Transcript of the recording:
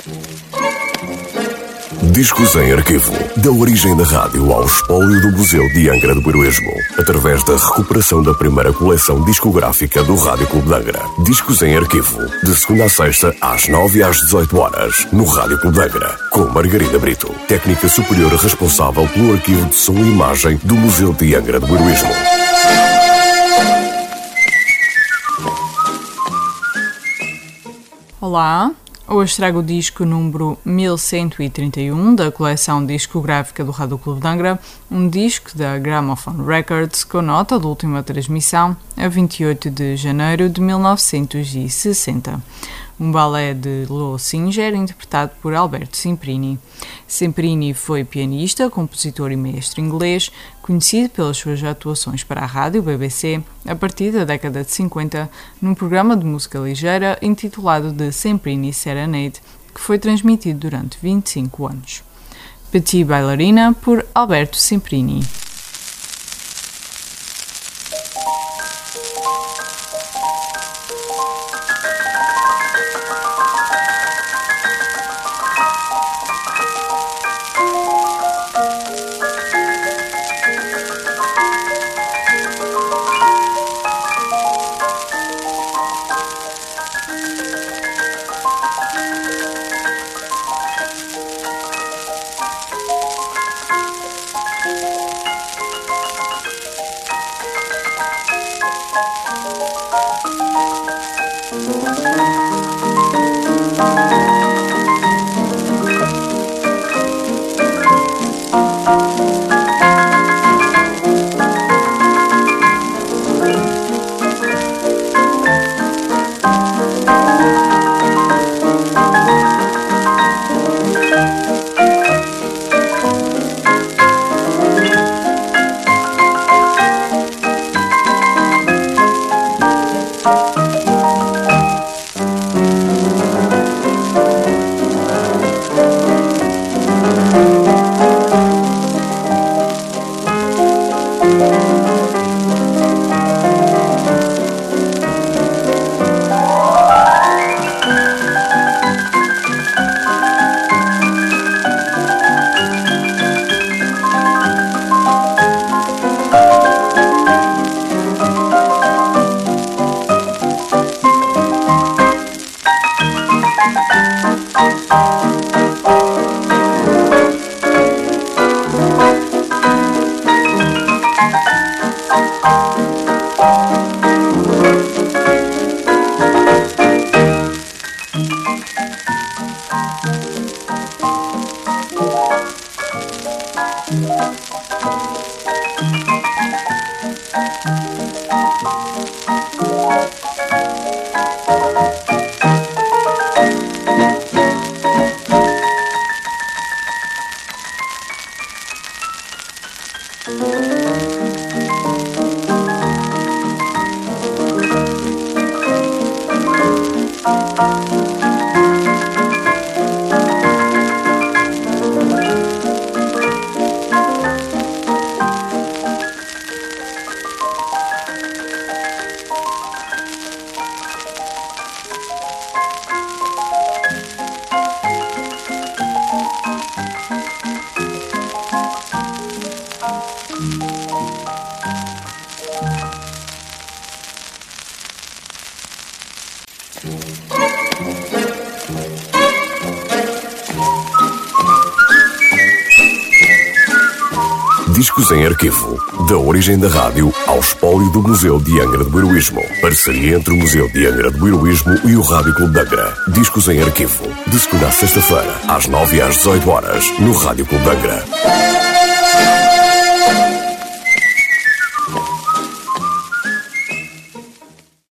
Discos em arquivo. Da origem da rádio ao espólio do Museu de Angra do Heroísmo, através da recuperação da primeira coleção discográfica do Rádio Clube de Angra. Discos em arquivo. De segunda a sexta, às 9 às 18 horas, no Rádio Clube de Angra, com Margarida Brito, técnica superior responsável pelo arquivo de som e imagem do Museu de Angra do Heroísmo. Olá, hoje trago o disco número 1131 da coleção discográfica do Rádio Clube de Angra, um disco da Gramophone Records com nota de última transmissão a 28 de janeiro de 1960. Um balé de Lo Singer interpretado por Alberto Semprini. Semprini foi pianista, compositor e mestre inglês, conhecido pelas suas atuações para a rádio BBC a partir da década de 50 num programa de música ligeira intitulado The Semprini Serenade, que foi transmitido durante 25 anos. Petit Bailarina, por Alberto Semprini. Discos em arquivo. Da origem da rádio ao espólio do Museu de Angra do Heroísmo. Parceria entre o Museu de Angra do Heroísmo e o Rádio Clube de Angra. Discos em arquivo. De segunda a sexta-feira, às 9 às 18 horas, no Rádio Clube de Angra.